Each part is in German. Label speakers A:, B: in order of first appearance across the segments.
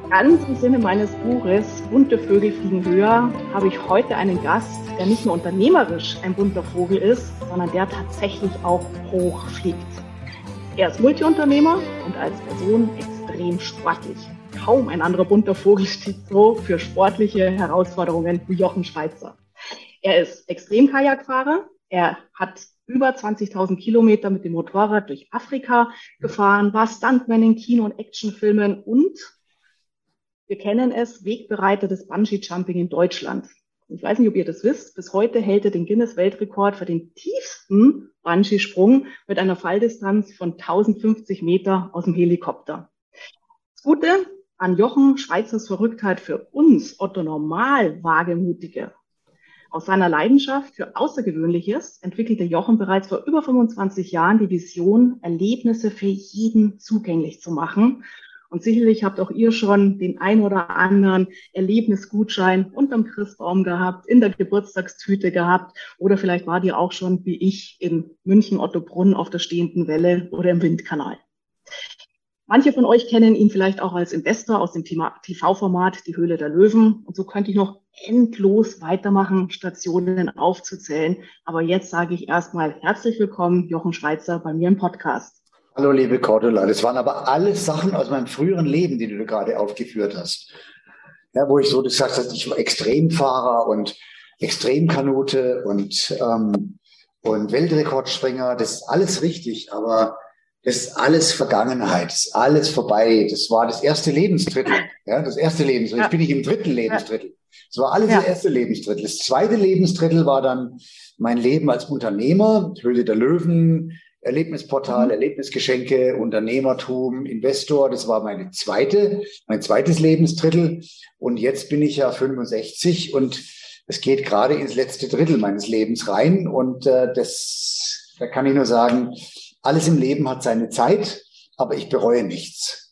A: Ganz im Sinne meines Buches Bunte Vögel fliegen höher habe ich heute einen Gast, der nicht nur unternehmerisch ein bunter Vogel ist, sondern der tatsächlich auch hoch fliegt. Er ist Multiunternehmer und als Person extrem sportlich. Kaum ein anderer bunter Vogel steht so für sportliche Herausforderungen wie Jochen Schweizer. Er ist Extremkajakfahrer. Er hat über 20.000 Kilometer mit dem Motorrad durch Afrika gefahren, war Stuntman in Kino- und Actionfilmen und wir kennen es, Wegbereiter des Bungee-Jumping in Deutschland. Ich weiß nicht, ob ihr das wisst. Bis heute hält er den Guinness-Weltrekord für den tiefsten Bungee-Sprung mit einer Falldistanz von 1050 Meter aus dem Helikopter. Das Gute an Jochen Schweizers Verrücktheit für uns, Otto Normal-Wagemutige. Aus seiner Leidenschaft für Außergewöhnliches entwickelte Jochen bereits vor über 25 Jahren die Vision, Erlebnisse für jeden zugänglich zu machen. Und sicherlich habt auch ihr schon den ein oder anderen Erlebnisgutschein unterm Christbaum gehabt, in der Geburtstagstüte gehabt oder vielleicht wart ihr auch schon wie ich in München Ottobrunn auf der stehenden Welle oder im Windkanal. Manche von euch kennen ihn vielleicht auch als Investor aus dem TV-Format Die Höhle der Löwen. Und so könnte ich noch endlos weitermachen, Stationen aufzuzählen. Aber jetzt sage ich erstmal herzlich willkommen, Jochen Schweizer, bei mir im Podcast.
B: Hallo, liebe Cordula. Das waren aber alles Sachen aus meinem früheren Leben, die du gerade aufgeführt hast. Ja, wo ich so gesagt hast, ich war Extremfahrer und Extremkanute und Weltrekordspringer. Das ist alles richtig, aber das ist alles Vergangenheit. Das ist alles vorbei. Das war das erste Lebensdrittel. Ja, das erste Lebensdrittel. Jetzt bin ich im dritten Lebensdrittel. Das war alles das erste Lebensdrittel. Das zweite Lebensdrittel war dann mein Leben als Unternehmer, Höhle der Löwen, Erlebnisportal, Erlebnisgeschenke, Unternehmertum, Investor. Das war mein zweites Lebensdrittel. Und jetzt bin ich ja 65 und es geht gerade ins letzte Drittel meines Lebens rein. Und da kann ich nur sagen, alles im Leben hat seine Zeit, aber ich bereue nichts.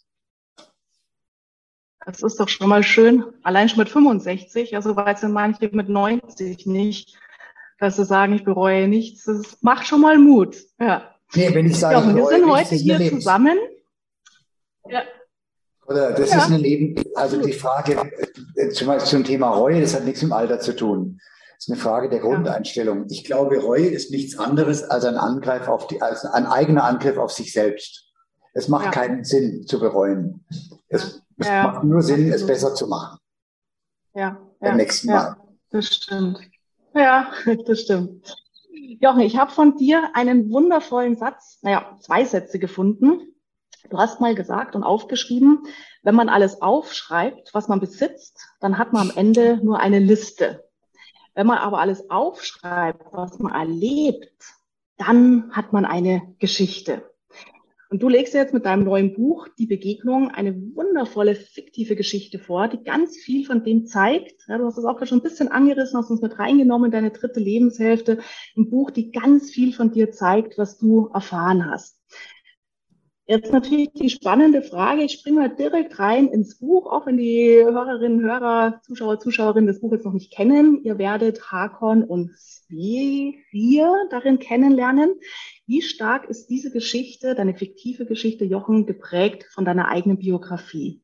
A: Das ist doch schon mal schön. Allein schon mit 65, also weit sind manche mit 90 nicht, dass sie sagen, ich bereue nichts. Das macht schon mal Mut. Ja.
B: Nee, wenn ich sage,
A: ja, wir sind heute hier zusammen.
B: Ja. Oder das ist eine also die Frage zum Thema Reue, das hat nichts mit dem Alter zu tun. Das ist eine Frage der Grundeinstellung. Ich glaube, Reue ist nichts anderes als ein eigener Angriff auf sich selbst. Es macht keinen Sinn zu bereuen. Es macht nur Sinn, es besser zu machen. Beim nächsten Mal.
A: Das stimmt. Ja, das stimmt. Jochen, ich habe von dir einen wundervollen Satz, zwei Sätze gefunden. Du hast mal gesagt und aufgeschrieben, wenn man alles aufschreibt, was man besitzt, dann hat man am Ende nur eine Liste. Wenn man aber alles aufschreibt, was man erlebt, dann hat man eine Geschichte. Und du legst jetzt mit deinem neuen Buch Die Begegnung eine wundervolle fiktive Geschichte vor, die ganz viel von dem zeigt. Ja, du hast es auch schon ein bisschen angerissen, hast uns mit reingenommen in deine dritte Lebenshälfte. Ein Buch, die ganz viel von dir zeigt, was du erfahren hast. Jetzt natürlich die spannende Frage, ich springe mal direkt rein ins Buch, auch wenn die Hörerinnen, Hörer, Zuschauer, Zuschauerinnen das Buch jetzt noch nicht kennen. Ihr werdet Hakon und Svir darin kennenlernen. Wie stark ist diese Geschichte, deine fiktive Geschichte, Jochen, geprägt von deiner eigenen Biografie?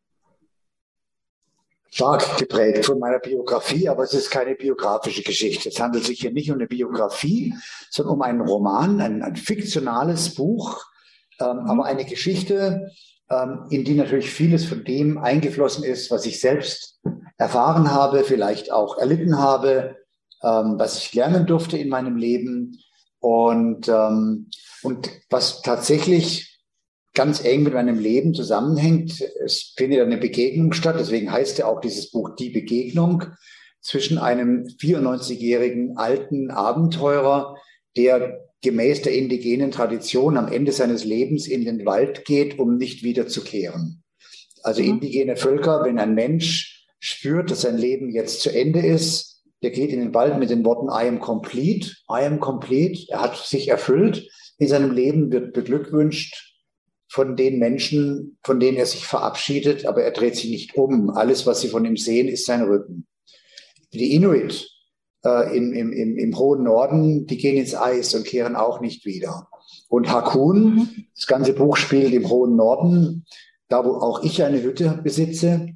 B: Stark geprägt von meiner Biografie, aber es ist keine biografische Geschichte. Es handelt sich hier nicht um eine Biografie, sondern um einen Roman, ein fiktionales Buch, aber eine Geschichte, in die natürlich vieles von dem eingeflossen ist, was ich selbst erfahren habe, vielleicht auch erlitten habe, was ich lernen durfte in meinem Leben und was tatsächlich ganz eng mit meinem Leben zusammenhängt. Es findet eine Begegnung statt, deswegen heißt ja auch dieses Buch Die Begegnung zwischen einem 94-jährigen alten Abenteurer, der gemäß der indigenen Tradition am Ende seines Lebens in den Wald geht, um nicht wiederzukehren. Also indigene Völker, wenn ein Mensch spürt, dass sein Leben jetzt zu Ende ist, der geht in den Wald mit den Worten I am complete, I am complete. Er hat sich erfüllt in seinem Leben, wird beglückwünscht von den Menschen, von denen er sich verabschiedet, aber er dreht sich nicht um. Alles, was sie von ihm sehen, ist sein Rücken. Die Inuit im hohen Norden, die gehen ins Eis und kehren auch nicht wieder. Und Hakun, das ganze Buch spielt im hohen Norden, da wo auch ich eine Hütte besitze,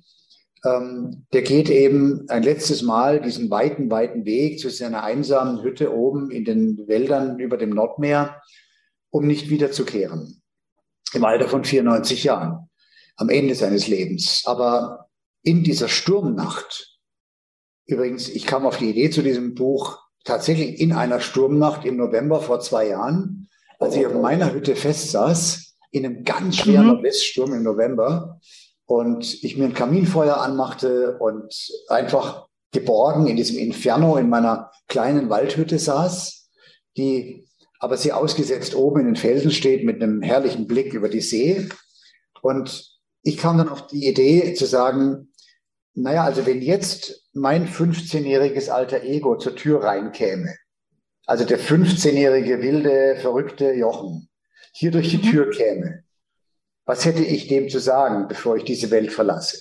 B: der geht eben ein letztes Mal diesen weiten, weiten Weg zu seiner einsamen Hütte oben in den Wäldern über dem Nordmeer, um nicht wiederzukehren. Im Alter von 94 Jahren, am Ende seines Lebens. Aber in dieser Sturmnacht, übrigens, ich kam auf die Idee zu diesem Buch tatsächlich in einer Sturmnacht im November vor 2 Jahren, als ich auf meiner Hütte festsaß, in einem ganz schweren Nordweststurm im November, und ich mir ein Kaminfeuer anmachte und einfach geborgen in diesem Inferno in meiner kleinen Waldhütte saß, die aber sehr ausgesetzt oben in den Felsen steht mit einem herrlichen Blick über die See. Und ich kam dann auf die Idee zu sagen, naja, also wenn jetzt mein 15-jähriges alter Ego zur Tür reinkäme, also der 15-jährige wilde, verrückte Jochen, hier durch die Tür käme, was hätte ich dem zu sagen, bevor ich diese Welt verlasse?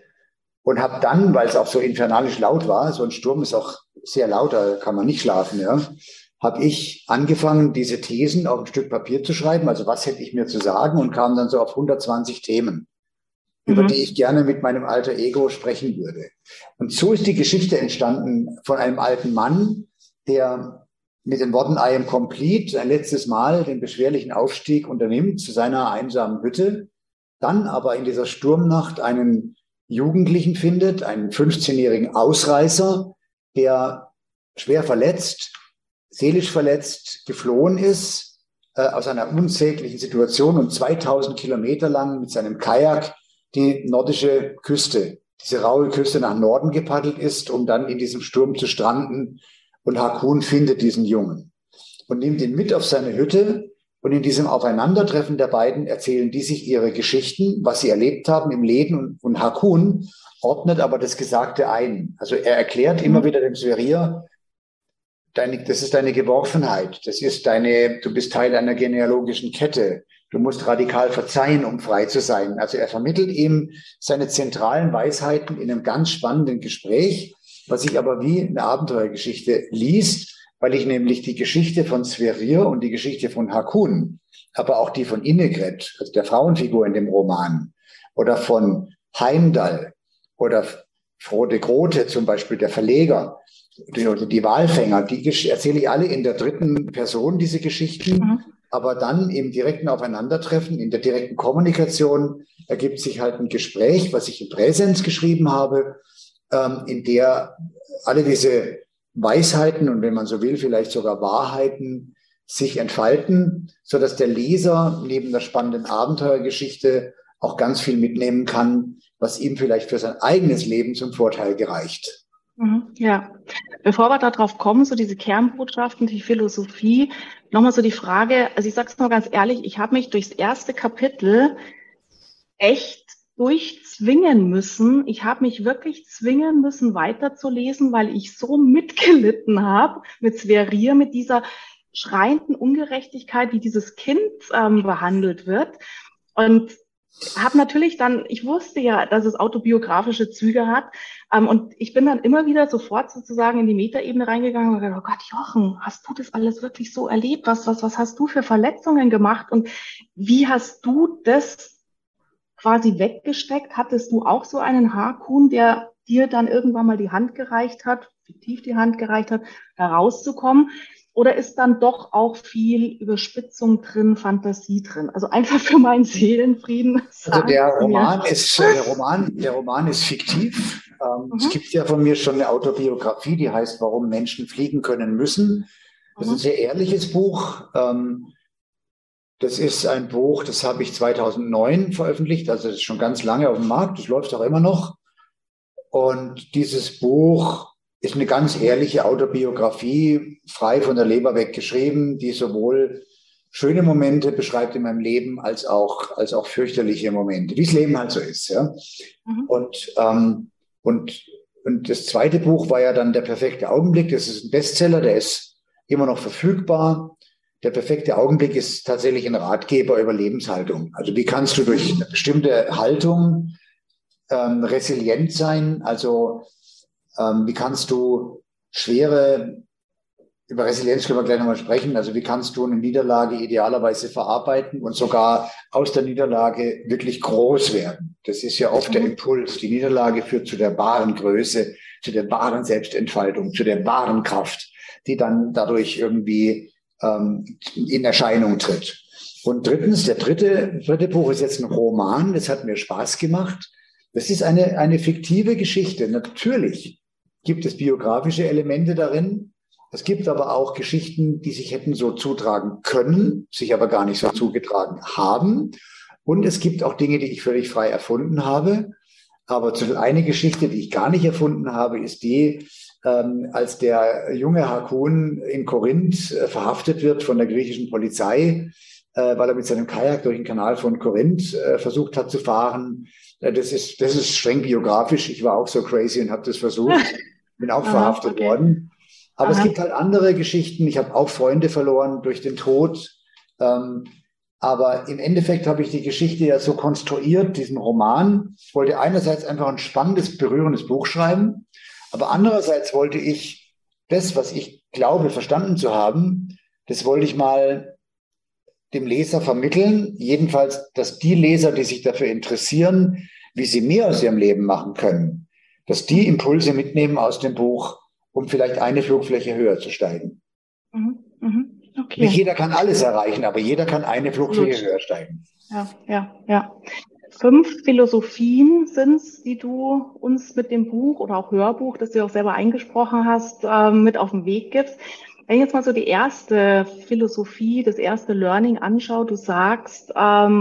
B: Und habe dann, weil es auch so infernalisch laut war, so ein Sturm ist auch sehr laut, da kann man nicht schlafen, ja, habe ich angefangen, diese Thesen auf ein Stück Papier zu schreiben, also was hätte ich mir zu sagen, und kam dann so auf 120 Themen, über die ich gerne mit meinem alter Ego sprechen würde. Und so ist die Geschichte entstanden von einem alten Mann, der mit den Worten I am complete ein letztes Mal den beschwerlichen Aufstieg unternimmt zu seiner einsamen Hütte, dann aber in dieser Sturmnacht einen Jugendlichen findet, einen 15-jährigen Ausreißer, der schwer verletzt, seelisch verletzt, geflohen ist aus einer unsäglichen Situation und 2000 Kilometer lang mit seinem Kajak die nordische Küste, diese raue Küste nach Norden gepaddelt ist, um dann in diesem Sturm zu stranden. Und Haakon findet diesen Jungen und nimmt ihn mit auf seine Hütte. Und in diesem Aufeinandertreffen der beiden erzählen die sich ihre Geschichten, was sie erlebt haben im Leben. Und Haakon ordnet aber das Gesagte ein. Also er erklärt immer wieder dem Sverrir, das ist deine Geworfenheit, du bist Teil einer genealogischen Kette. Du musst radikal verzeihen, um frei zu sein. Also er vermittelt ihm seine zentralen Weisheiten in einem ganz spannenden Gespräch, was sich aber wie eine Abenteuergeschichte liest, weil ich nämlich die Geschichte von Sverrir und die Geschichte von Haakon, aber auch die von Innegret, also der Frauenfigur in dem Roman, oder von Heimdall oder Frode Grote zum Beispiel, der Verleger, die Walfänger, die erzähle ich alle in der dritten Person, diese Geschichten. Aber dann im direkten Aufeinandertreffen, in der direkten Kommunikation ergibt sich halt ein Gespräch, was ich im Präsens geschrieben habe, in der alle diese Weisheiten und, wenn man so will, vielleicht sogar Wahrheiten sich entfalten, sodass der Leser neben der spannenden Abenteuergeschichte auch ganz viel mitnehmen kann, was ihm vielleicht für sein eigenes Leben zum Vorteil gereicht.
A: Ja, bevor wir darauf kommen, so diese Kernbotschaften, die Philosophie, nochmal so die Frage, also ich sage es mal ganz ehrlich, ich habe mich durchs erste Kapitel echt durchzwingen müssen. Ich habe mich wirklich zwingen müssen, weiterzulesen, weil ich so mitgelitten habe mit Sverrir, mit dieser schreienden Ungerechtigkeit, wie dieses Kind behandelt wird. Und habe natürlich dann, ich wusste ja, dass es autobiografische Züge hat, und ich bin dann immer wieder sofort sozusagen in die Metaebene reingegangen und gesagt, oh Gott, Jochen, hast du das alles wirklich so erlebt? Was hast du für Verletzungen gemacht und wie hast du das quasi weggesteckt? Hattest du auch so einen Haakon, der dir dann irgendwann mal die Hand gereicht hat, fiktiv die Hand gereicht hat, da rauszukommen? Oder ist dann doch auch viel Überspitzung drin, Fantasie drin? Also einfach für meinen Seelenfrieden.
B: Also der Roman ist fiktiv. Es gibt ja von mir schon eine Autobiografie, die heißt Warum Menschen fliegen können müssen. Das ist ein sehr ehrliches Buch. Das ist ein Buch, das habe ich 2009 veröffentlicht. Also das ist schon ganz lange auf dem Markt. Das läuft auch immer noch. Und dieses Buch ist eine ganz ehrliche Autobiografie, frei von der Leber weg geschrieben, die sowohl schöne Momente beschreibt in meinem Leben als auch fürchterliche Momente, wie das Leben halt so ist. Ja? Und das zweite Buch war ja dann Der perfekte Augenblick. Das ist ein Bestseller, der ist immer noch verfügbar. Der perfekte Augenblick ist tatsächlich ein Ratgeber über Lebenshaltung. Also wie kannst du durch eine bestimmte Haltung resilient sein? Also wie kannst du schwere Über Resilienz können wir gleich nochmal sprechen. Also wie kannst du eine Niederlage idealerweise verarbeiten und sogar aus der Niederlage wirklich groß werden? Das ist ja oft der Impuls. Die Niederlage führt zu der wahren Größe, zu der wahren Selbstentfaltung, zu der wahren Kraft, die dann dadurch irgendwie in Erscheinung tritt. Und drittens, der dritte Buch ist jetzt ein Roman. Das hat mir Spaß gemacht. Das ist eine fiktive Geschichte. Natürlich gibt es biografische Elemente darin. Es gibt aber auch Geschichten, die sich hätten so zutragen können, sich aber gar nicht so zugetragen haben. Und es gibt auch Dinge, die ich völlig frei erfunden habe. Aber eine Geschichte, die ich gar nicht erfunden habe, ist die, als der junge Hakun in Korinth verhaftet wird von der griechischen Polizei, weil er mit seinem Kajak durch den Kanal von Korinth versucht hat zu fahren. Das ist streng biografisch. Ich war auch so crazy und habe das versucht. Bin auch verhaftet worden. Aber es gibt halt andere Geschichten. Ich habe auch Freunde verloren durch den Tod. Aber im Endeffekt habe ich die Geschichte ja so konstruiert, diesen Roman. Ich wollte einerseits einfach ein spannendes, berührendes Buch schreiben. Aber andererseits wollte ich das, was ich glaube, verstanden zu haben, das wollte ich mal dem Leser vermitteln. Jedenfalls, dass die Leser, die sich dafür interessieren, wie sie mehr aus ihrem Leben machen können, dass die Impulse mitnehmen aus dem Buch, um vielleicht eine Flugfläche höher zu steigen. Okay. Nicht jeder kann alles erreichen, aber jeder kann eine Flugfläche höher steigen.
A: Ja. 5 Philosophien sind es, die du uns mit dem Buch oder auch Hörbuch, das du auch selber eingesprochen hast, mit auf den Weg gibst. Wenn ich jetzt mal so die erste Philosophie, das erste Learning anschaue, du sagst, dass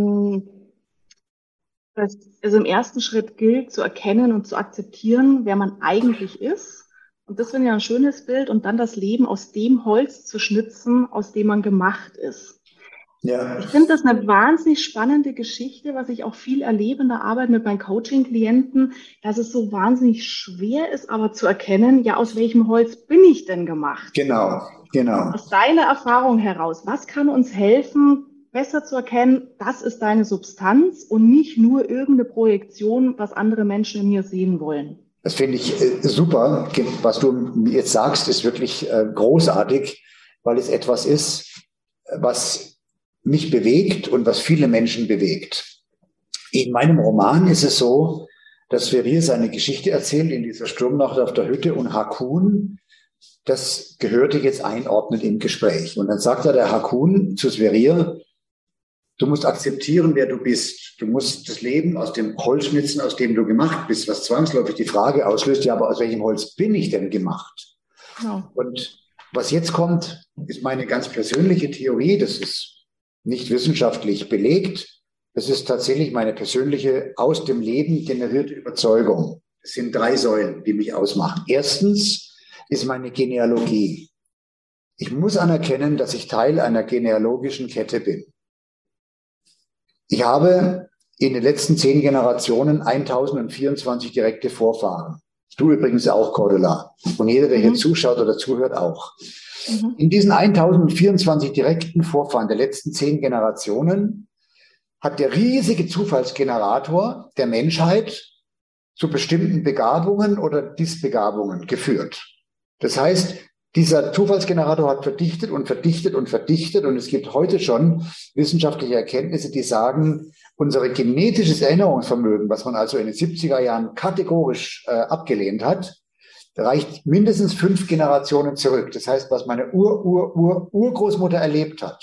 A: es im ersten Schritt gilt, zu erkennen und zu akzeptieren, wer man eigentlich ist. Und das finde ich ein schönes Bild. Und dann das Leben aus dem Holz zu schnitzen, aus dem man gemacht ist. Ja. Ich finde das eine wahnsinnig spannende Geschichte, was ich auch viel erlebe in der Arbeit mit meinen Coaching-Klienten, dass es so wahnsinnig schwer ist, aber zu erkennen, ja, aus welchem Holz bin ich denn gemacht?
B: Genau.
A: Aus deiner Erfahrung heraus, was kann uns helfen, besser zu erkennen, das ist deine Substanz und nicht nur irgendeine Projektion, was andere Menschen in mir sehen wollen?
B: Das finde ich super. Was du jetzt sagst, ist wirklich großartig, weil es etwas ist, was mich bewegt und was viele Menschen bewegt. In meinem Roman ist es so, dass Sverrir seine Geschichte erzählt in dieser Sturmnacht auf der Hütte und Hakun, das gehörte jetzt einordnet im Gespräch. Und dann sagt der Hakun zu Sverrir, du musst akzeptieren, wer du bist. Du musst das Leben aus dem Holz schnitzen, aus dem du gemacht bist, was zwangsläufig die Frage auslöst, ja, aber aus welchem Holz bin ich denn gemacht? Ja. Und was jetzt kommt, ist meine ganz persönliche Theorie. Das ist nicht wissenschaftlich belegt. Das ist tatsächlich meine persönliche, aus dem Leben generierte Überzeugung. Es sind 3 Säulen, die mich ausmachen. Erstens ist meine Genealogie. Ich muss anerkennen, dass ich Teil einer genealogischen Kette bin. Ich habe in den letzten 10 Generationen 1024 direkte Vorfahren. Du übrigens auch, Cordula. Und jeder, der hier zuschaut oder zuhört, auch. In diesen 1024 direkten Vorfahren der letzten 10 Generationen hat der riesige Zufallsgenerator der Menschheit zu bestimmten Begabungen oder Disbegabungen geführt. Das heißt, dieser Zufallsgenerator hat verdichtet und verdichtet und verdichtet und es gibt heute schon wissenschaftliche Erkenntnisse, die sagen, unser genetisches Erinnerungsvermögen, was man also in den 70er Jahren kategorisch abgelehnt hat, reicht mindestens 5 Generationen zurück. Das heißt, was meine Urgroßmutter erlebt hat,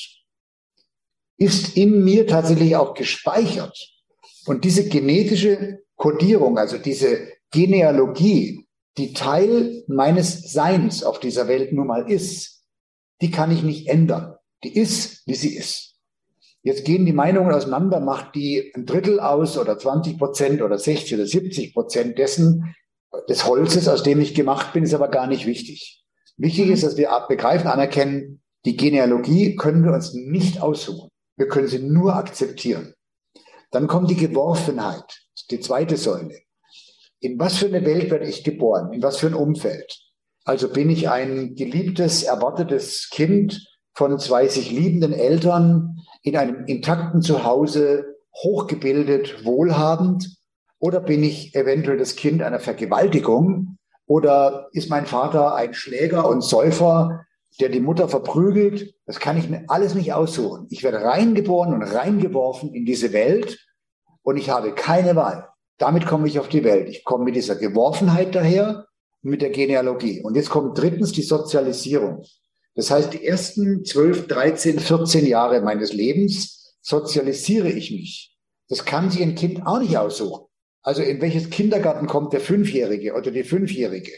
B: ist in mir tatsächlich auch gespeichert. Und diese genetische Kodierung, also diese Genealogie, die Teil meines Seins auf dieser Welt nun mal ist, die kann ich nicht ändern. Die ist, wie sie ist. Jetzt gehen die Meinungen auseinander, macht die 1/3 aus oder 20% oder 60 oder 70% des Holzes, aus dem ich gemacht bin, ist aber gar nicht wichtig. Wichtig ist, dass wir begreifen, anerkennen, die Genealogie können wir uns nicht aussuchen. Wir können sie nur akzeptieren. Dann kommt die Geworfenheit, die zweite Säule. In was für eine Welt werde ich geboren? In was für ein Umfeld? Also bin ich ein geliebtes, erwartetes Kind von 2 sich liebenden Eltern in einem intakten Zuhause, hochgebildet, wohlhabend? Oder bin ich eventuell das Kind einer Vergewaltigung? Oder ist mein Vater ein Schläger und Säufer der die Mutter verprügelt, das kann ich mir alles nicht aussuchen. Ich werde reingeboren und reingeworfen in diese Welt und ich habe keine Wahl. Damit komme ich auf die Welt. Ich komme mit dieser Geworfenheit daher, mit der Genealogie. Und jetzt kommt drittens die Sozialisierung. Das heißt, die ersten 12, 13, 14 Jahre meines Lebens sozialisiere ich mich. Das kann sich ein Kind auch nicht aussuchen. Also in welches Kindergarten kommt der Fünfjährige oder die Fünfjährige?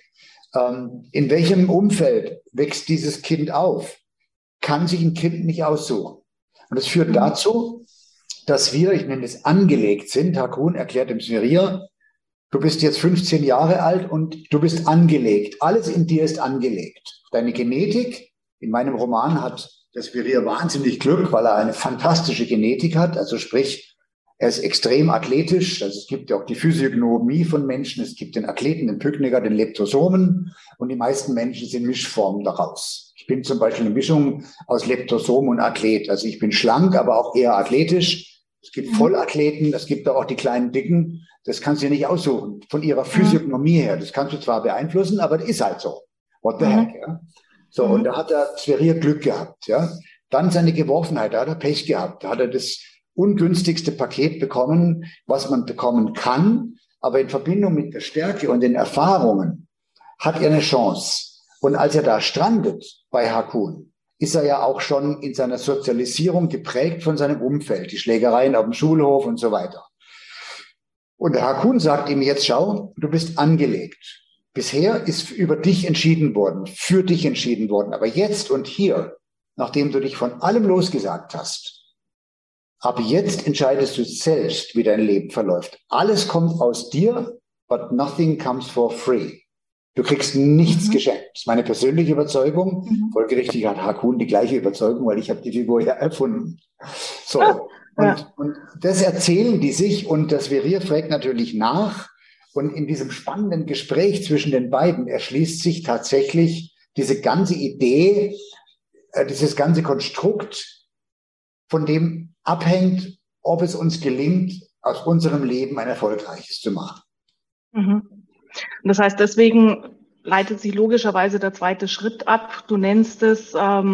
B: In welchem Umfeld wächst dieses Kind auf? Kann sich ein Kind nicht aussuchen. Und das führt dazu, dass wir, ich nenne es angelegt sind. Hakuun erklärt im Sverir, du bist jetzt 15 Jahre alt und du bist angelegt. Alles in dir ist angelegt. Deine Genetik, in meinem Roman hat der Sverir wahnsinnig Glück, weil er eine fantastische Genetik hat. Also sprich, er ist extrem athletisch. Also es gibt ja auch die Physiognomie von Menschen. Es gibt den Athleten, den Pykniker, den Leptosomen. Und die meisten Menschen sind Mischformen daraus. Ich bin zum Beispiel eine Mischung aus Leptosom und Athlet. Also ich bin schlank, aber auch eher athletisch. Es gibt Vollathleten, es gibt auch die kleinen Dicken. Das kannst du dir nicht aussuchen. Von ihrer Physiognomie her. Das kannst du zwar beeinflussen, aber das ist halt so. What the heck, ja. So, und da hat der Sverir Glück gehabt, ja. Dann seine Geworfenheit, da hat er Pech gehabt. Da hat er das ungünstigste Paket bekommen, was man bekommen kann. Aber in Verbindung mit der Stärke und den Erfahrungen hat er eine Chance. Und als er da strandet bei Hakuun, ist er ja auch schon in seiner Sozialisierung geprägt von seinem Umfeld, die Schlägereien auf dem Schulhof und so weiter. Und der Hakuun sagt ihm jetzt, schau, du bist angelegt. Bisher ist über dich entschieden worden, für dich entschieden worden. Aber jetzt und hier, nachdem du dich von allem losgesagt hast, ab jetzt entscheidest du selbst, wie dein Leben verläuft. Alles kommt aus dir, but nothing comes for free. Du kriegst nichts geschenkt. Das ist meine persönliche Überzeugung. Folgerichtig hat Hakuun die gleiche Überzeugung, weil ich habe die Figur ja erfunden. So. Und das erzählen die sich und das Sverir fragt natürlich nach. Und in diesem spannenden Gespräch zwischen den beiden erschließt sich tatsächlich diese ganze Idee, dieses ganze Konstrukt, von dem abhängt, ob es uns gelingt, aus unserem Leben ein erfolgreiches zu machen.
A: Und das heißt, deswegen leitet sich logischerweise der zweite Schritt ab. Du nennst es,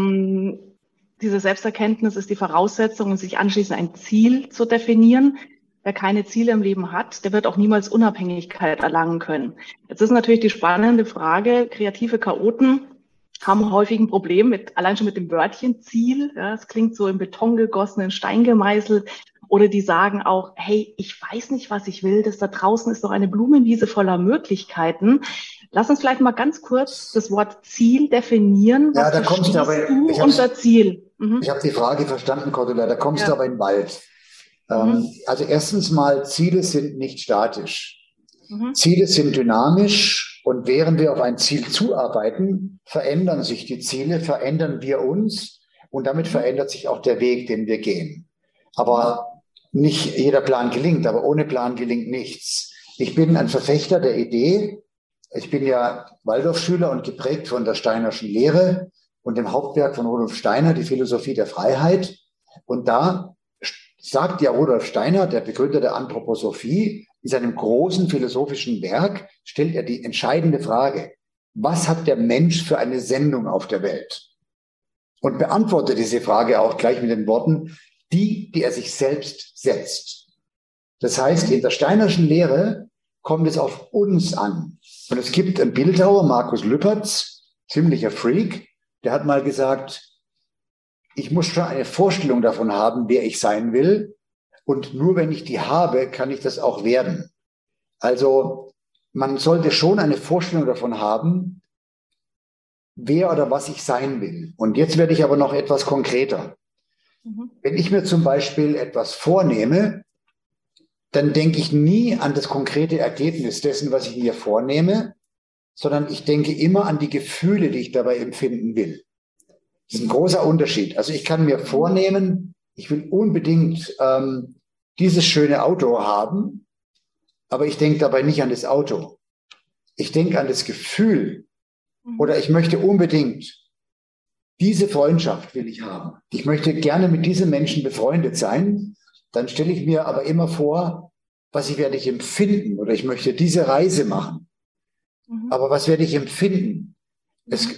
A: diese Selbsterkenntnis ist die Voraussetzung, sich anschließend ein Ziel zu definieren. Wer keine Ziele im Leben hat, der wird auch niemals Unabhängigkeit erlangen können. Jetzt ist natürlich die spannende Frage, kreative Chaoten haben häufig ein Problem allein schon mit dem Wörtchen Ziel. Ja, es klingt so in Beton gegossen, in Stein gemeißelt. Oder die sagen auch, hey, ich weiß nicht, was ich will. Das da draußen ist doch eine Blumenwiese voller Möglichkeiten. Lass uns vielleicht mal ganz kurz das Wort Ziel definieren.
B: Was da kommst du aber
A: unter Ziel?
B: Ich habe die Frage verstanden, Cordula. Da kommst du aber in den Wald. Also erstens mal, Ziele sind nicht statisch. Ziele sind dynamisch und während wir auf ein Ziel zuarbeiten, verändern sich die Ziele, verändern wir uns und damit verändert sich auch der Weg, den wir gehen. Aber nicht jeder Plan gelingt, aber ohne Plan gelingt nichts. Ich bin ein Verfechter der Idee. Ich bin ja Waldorfschüler und geprägt von der Steinerschen Lehre und dem Hauptwerk von Rudolf Steiner, die Philosophie der Freiheit. Und da sagt ja Rudolf Steiner, der Begründer der Anthroposophie, in seinem großen philosophischen Werk stellt er die entscheidende Frage, was hat der Mensch für eine Sendung auf der Welt? Und beantwortet diese Frage auch gleich mit den Worten, die er sich selbst setzt. Das heißt, in der Steinerschen Lehre kommt es auf uns an. Und es gibt einen Bildhauer, Markus Lüpertz, ziemlicher Freak, der hat mal gesagt, ich muss schon eine Vorstellung davon haben, wer ich sein will. Und nur wenn ich die habe, kann ich das auch werden. Also man sollte schon eine Vorstellung davon haben, wer oder was ich sein will. Und jetzt werde ich aber noch etwas konkreter. Wenn ich mir zum Beispiel etwas vornehme, dann denke ich nie an das konkrete Ergebnis dessen, was ich mir vornehme, sondern ich denke immer an die Gefühle, die ich dabei empfinden will. Das ist ein großer Unterschied. Also ich kann mir vornehmen, ich will unbedingt dieses schöne Auto haben, aber ich denke dabei nicht an das Auto. Ich denke an das Gefühl oder ich möchte unbedingt diese Freundschaft will ich haben. Ich möchte gerne mit diesem Menschen befreundet sein. Dann stelle ich mir aber immer vor, was werde ich empfinden oder ich möchte diese Reise machen. Aber was werde ich empfinden?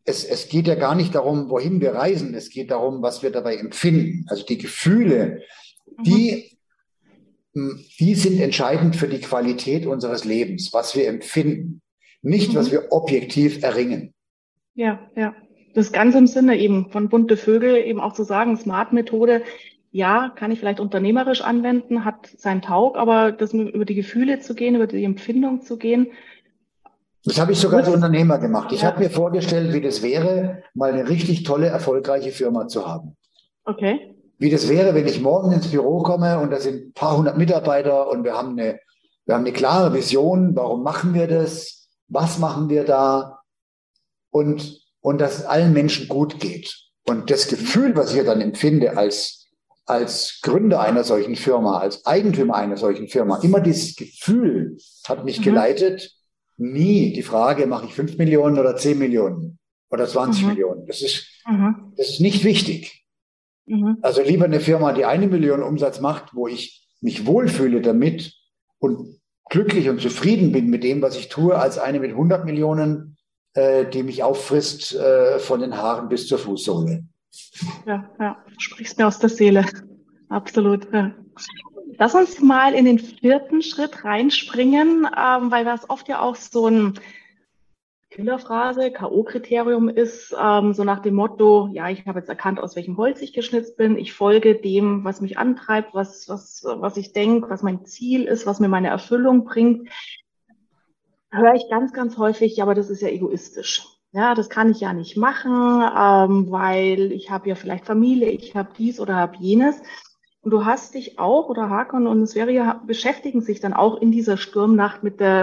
B: es geht ja gar nicht darum, wohin wir reisen. Es geht darum, was wir dabei empfinden. Also die Gefühle, die, die sind entscheidend für die Qualität unseres Lebens, was wir empfinden, nicht was wir objektiv erringen.
A: Ja, ja. Das Ganze im Sinne eben von bunte Vögel eben auch zu sagen, Smart-Methode, ja, kann ich vielleicht unternehmerisch anwenden, hat seinen Taug, aber das über die Gefühle zu gehen, über die Empfindung zu gehen.
B: Das habe ich sogar als Unternehmer gemacht. Ich
A: Ja.
B: habe mir vorgestellt, wie das wäre, mal eine richtig tolle, erfolgreiche Firma zu haben.
A: Okay.
B: Wie das wäre, wenn ich morgen ins Büro komme und da sind ein paar hundert Mitarbeiter und wir haben eine klare Vision, warum machen wir das, was machen wir da und dass es allen Menschen gut geht. Und das Gefühl, was ich dann empfinde als Gründer einer solchen Firma, als Eigentümer einer solchen Firma, immer dieses Gefühl hat mich geleitet, nie die Frage, mache ich 5 Millionen oder 10 Millionen oder 20 Millionen. Das ist nicht wichtig. Also lieber eine Firma, die 1 Million Umsatz macht, wo ich mich wohlfühle damit und glücklich und zufrieden bin mit dem, was ich tue, als eine mit 100 Millionen, die mich auffrisst von den Haaren bis zur Fußsohle.
A: Ja, du sprichst mir aus der Seele. Absolut. Ja. Lass uns mal in den 4. Schritt reinspringen, weil das oft ja auch so ein Killerphrase, K.O.-Kriterium ist, so nach dem Motto, ja, ich habe jetzt erkannt, aus welchem Holz ich geschnitzt bin, ich folge dem, was mich antreibt, was ich denke, was mein Ziel ist, was mir meine Erfüllung bringt, höre ich ganz, ganz häufig, ja, aber das ist ja egoistisch. Ja, das kann ich ja nicht machen, weil ich habe ja vielleicht Familie, ich habe dies oder habe jenes. Und du hast dich auch, oder Hakon und Sverige beschäftigen sich dann auch in dieser Sturmnacht mit der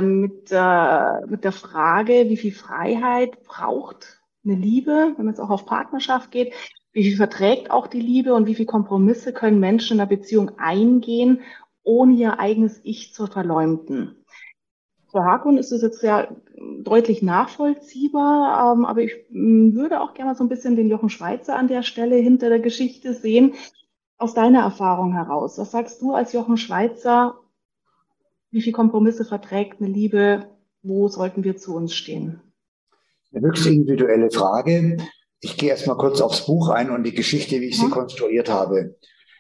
A: Frage, wie viel Freiheit braucht eine Liebe, wenn man jetzt auch auf Partnerschaft geht, wie viel verträgt auch die Liebe und wie viel Kompromisse können Menschen in einer Beziehung eingehen, ohne ihr eigenes Ich zu verleumden. Für Hakon ist es jetzt ja deutlich nachvollziehbar, aber ich würde auch gerne mal so ein bisschen den Jochen Schweizer an der Stelle hinter der Geschichte sehen. Aus deiner Erfahrung heraus, was sagst du als Jochen Schweizer, wie viel Kompromisse verträgt eine Liebe, wo sollten wir zu uns stehen?
B: Eine höchst individuelle Frage. Ich gehe erst mal kurz aufs Buch ein und die Geschichte, wie ich sie konstruiert habe.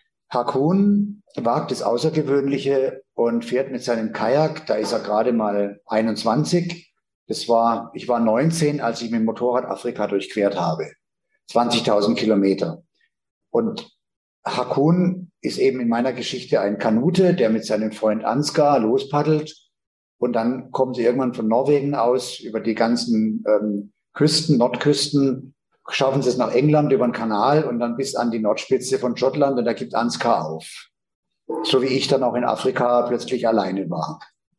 B: Hakon wagt das Außergewöhnliche und fährt mit seinem Kajak, da ist er gerade mal 21. Ich war 19, als ich mit dem Motorrad Afrika durchquert habe. 20.000 Kilometer. Und Hakon ist eben in meiner Geschichte ein Kanute, der mit seinem Freund Ansgar lospaddelt. Und dann kommen sie irgendwann von Norwegen aus über die ganzen Küsten, Nordküsten, schaffen sie es nach England über den Kanal und dann bis an die Nordspitze von Schottland und da gibt Ansgar auf. So wie ich dann auch in Afrika plötzlich alleine war.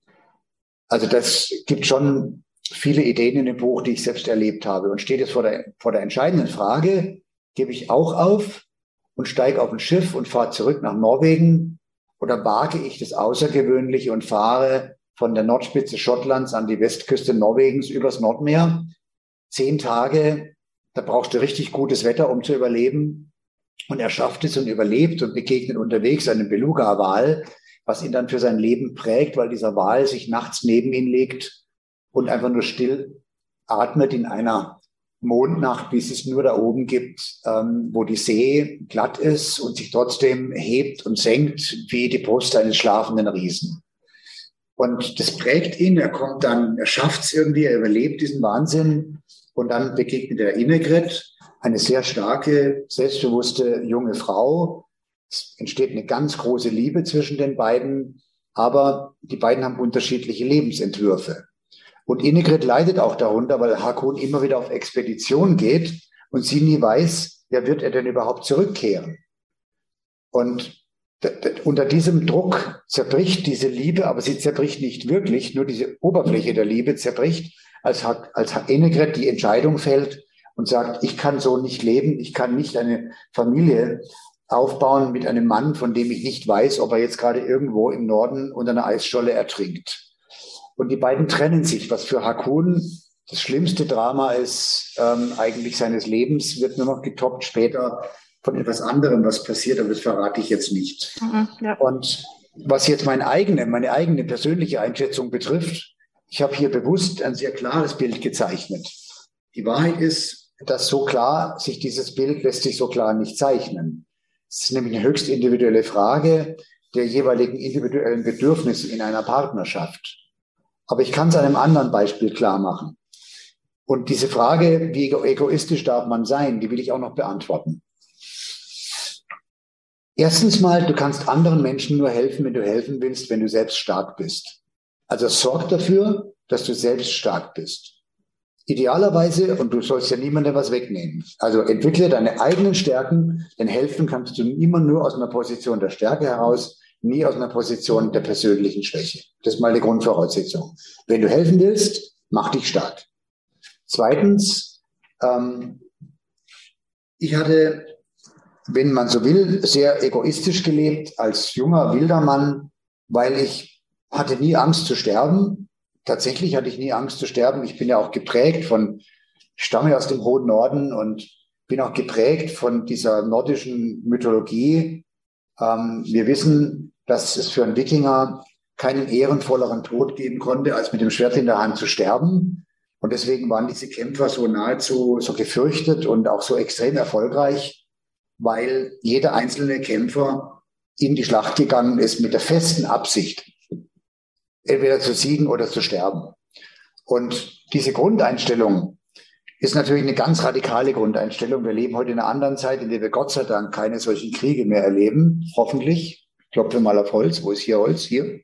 B: Also das gibt schon viele Ideen in dem Buch, die ich selbst erlebt habe. Und steht jetzt vor der entscheidenden Frage, gebe ich auch auf und steige auf ein Schiff und fahre zurück nach Norwegen oder wage ich das Außergewöhnliche und fahre von der Nordspitze Schottlands an die Westküste Norwegens übers Nordmeer. 10 Tage, da brauchst du richtig gutes Wetter, um zu überleben. Und er schafft es und überlebt und begegnet unterwegs einem Beluga-Wal, was ihn dann für sein Leben prägt, weil dieser Wal sich nachts neben ihn legt und einfach nur still atmet in einer Mondnacht, wie es es nur da oben gibt, wo die See glatt ist und sich trotzdem hebt und senkt wie die Brust eines schlafenden Riesen. Und das prägt ihn, er schafft es irgendwie, er überlebt diesen Wahnsinn und dann begegnet er Innegret, eine sehr starke, selbstbewusste junge Frau. Es entsteht eine ganz große Liebe zwischen den beiden, aber die beiden haben unterschiedliche Lebensentwürfe. Und Innegret leidet auch darunter, weil Hakon immer wieder auf Expedition geht und sie nie weiß, ja, wird er denn überhaupt zurückkehren? Und unter diesem Druck zerbricht diese Liebe, aber sie zerbricht nicht wirklich, nur diese Oberfläche der Liebe zerbricht, als Innegret die Entscheidung fällt und sagt, ich kann so nicht leben, ich kann nicht eine Familie aufbauen mit einem Mann, von dem ich nicht weiß, ob er jetzt gerade irgendwo im Norden unter einer Eisscholle ertrinkt. Und die beiden trennen sich, was für Hakon das schlimmste Drama ist eigentlich seines Lebens, wird nur noch getoppt später von etwas anderem, was passiert, aber das verrate ich jetzt nicht. Ja. Und was jetzt meine eigene persönliche Einschätzung betrifft, ich habe hier bewusst ein sehr klares Bild gezeichnet. Die Wahrheit ist, dass so klar sich dieses Bild lässt sich so klar nicht zeichnen. Es ist nämlich eine höchst individuelle Frage der jeweiligen individuellen Bedürfnisse in einer Partnerschaft. Aber ich kann es an einem anderen Beispiel klar machen. Und diese Frage, wie egoistisch darf man sein, die will ich auch noch beantworten. Erstens mal, du kannst anderen Menschen nur helfen, wenn du helfen willst, wenn du selbst stark bist. Also sorg dafür, dass du selbst stark bist. Idealerweise, und du sollst ja niemandem was wegnehmen, also entwickle deine eigenen Stärken, denn helfen kannst du immer nur aus einer Position der Stärke heraus, nie aus einer Position der persönlichen Schwäche. Das ist mal eine Grundvoraussetzung. Wenn du helfen willst, mach dich stark. Zweitens, ich hatte, wenn man so will, sehr egoistisch gelebt als junger, wilder Mann, weil ich hatte nie Angst zu sterben. Tatsächlich hatte ich nie Angst zu sterben. Ich bin ja auch geprägt ich stamme aus dem hohen Norden und bin auch geprägt von dieser nordischen Mythologie. Wir wissen, dass es für einen Wikinger keinen ehrenvolleren Tod geben konnte, als mit dem Schwert in der Hand zu sterben. Und deswegen waren diese Kämpfer so nahezu so gefürchtet und auch so extrem erfolgreich, weil jeder einzelne Kämpfer in die Schlacht gegangen ist mit der festen Absicht, entweder zu siegen oder zu sterben. Und diese Grundeinstellung ist natürlich eine ganz radikale Grundeinstellung. Wir leben heute in einer anderen Zeit, in der wir Gott sei Dank keine solchen Kriege mehr erleben. Hoffentlich. Klopfen wir mal auf Holz. Wo ist hier Holz? Hier.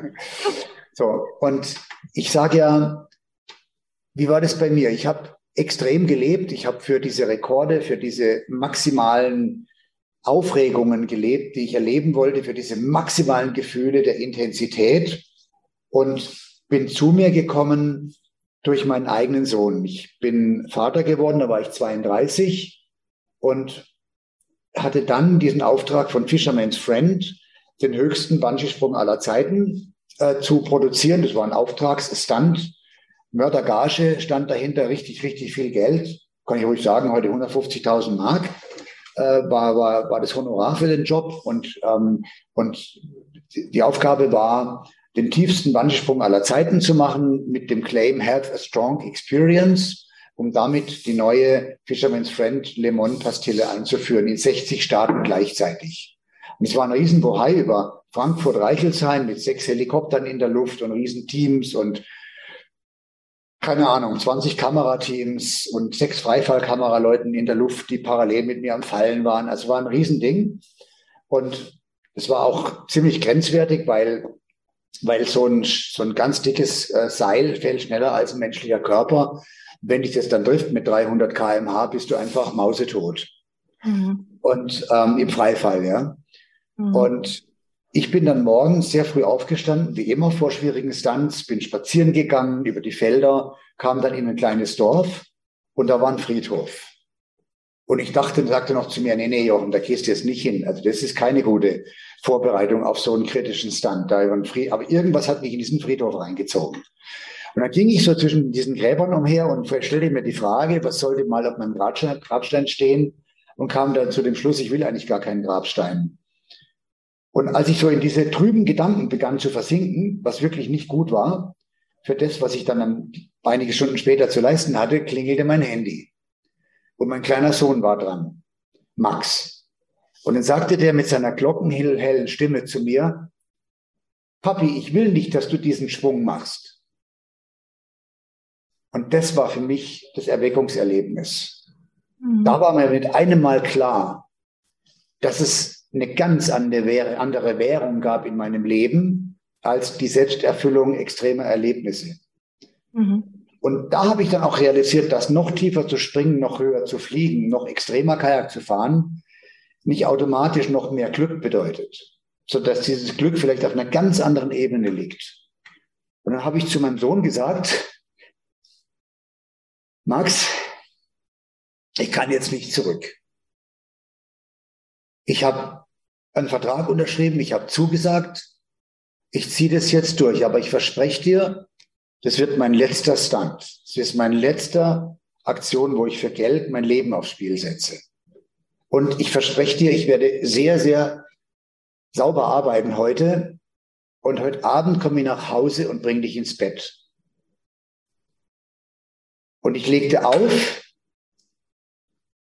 B: So. Und ich sage ja, wie war das bei mir? Ich habe extrem gelebt. Ich habe für diese Rekorde, für diese maximalen Aufregungen gelebt, die ich erleben wollte, für diese maximalen Gefühle der Intensität. Und bin zu mir gekommen durch meinen eigenen Sohn. Ich bin Vater geworden, da war ich 32 und hatte dann diesen Auftrag von Fisherman's Friend, den höchsten Bungee-Sprung aller Zeiten zu produzieren. Das war ein Auftragsstunt. Mördergage stand dahinter, richtig, richtig viel Geld. Kann ich ruhig sagen, heute 150.000 Mark war das Honorar für den Job. Und die Aufgabe war, den tiefsten Bungee-Sprung aller Zeiten zu machen mit dem Claim Have a Strong Experience, um damit die neue Fisherman's Friend Lemon-Pastille einzuführen in 60 Staaten gleichzeitig. Und es war ein Riesenbohai über Frankfurt-Reichelsheim mit 6 Helikoptern in der Luft und Riesenteams und keine Ahnung, 20 Kamerateams und 6 Freifallkameraleuten in der Luft, die parallel mit mir am Fallen waren. Also war ein Riesending. Und es war auch ziemlich grenzwertig, weil so ein ganz dickes Seil fällt schneller als ein menschlicher Körper. Wenn dich das dann trifft mit 300 km/h, bist du einfach mausetot. Mhm. Und im Freifall, ja. Mhm. Und ich bin dann morgens sehr früh aufgestanden, wie immer vor schwierigen Stunts, bin spazieren gegangen über die Felder, kam dann in ein kleines Dorf und da war ein Friedhof. Und ich sagte noch zu mir, nee, Jochen, da gehst du jetzt nicht hin. Also das ist keine gute Vorbereitung auf so einen kritischen Stunt. Aber irgendwas hat mich in diesen Friedhof reingezogen. Und dann ging ich so zwischen diesen Gräbern umher und stellte mir die Frage, was sollte mal auf meinem Grabstein stehen? Und kam dann zu dem Schluss, ich will eigentlich gar keinen Grabstein. Und als ich so in diese trüben Gedanken begann zu versinken, was wirklich nicht gut war, für das, was ich dann einige Stunden später zu leisten hatte, klingelte mein Handy. Und mein kleiner Sohn war dran, Max. Und dann sagte der mit seiner glockenhellen Stimme zu mir, Papi, ich will nicht, dass du diesen Schwung machst. Und das war für mich das Erweckungserlebnis. Mhm. Da war mir mit einem Mal klar, dass es eine ganz andere Währung gab in meinem Leben als die Selbsterfüllung extremer Erlebnisse. Mhm. Und da habe ich dann auch realisiert, dass noch tiefer zu springen, noch höher zu fliegen, noch extremer Kajak zu fahren, nicht automatisch noch mehr Glück bedeutet, sodass dieses Glück vielleicht auf einer ganz anderen Ebene liegt. Und dann habe ich zu meinem Sohn gesagt, Max, ich kann jetzt nicht zurück. Ich habe einen Vertrag unterschrieben, ich habe zugesagt, ich ziehe das jetzt durch, aber ich verspreche dir, das wird mein letzter Stunt. Das ist meine letzte Aktion, wo ich für Geld mein Leben aufs Spiel setze. Und ich verspreche dir, ich werde sehr, sehr sauber arbeiten heute. Und heute Abend komme ich nach Hause und bringe dich ins Bett. Und ich legte auf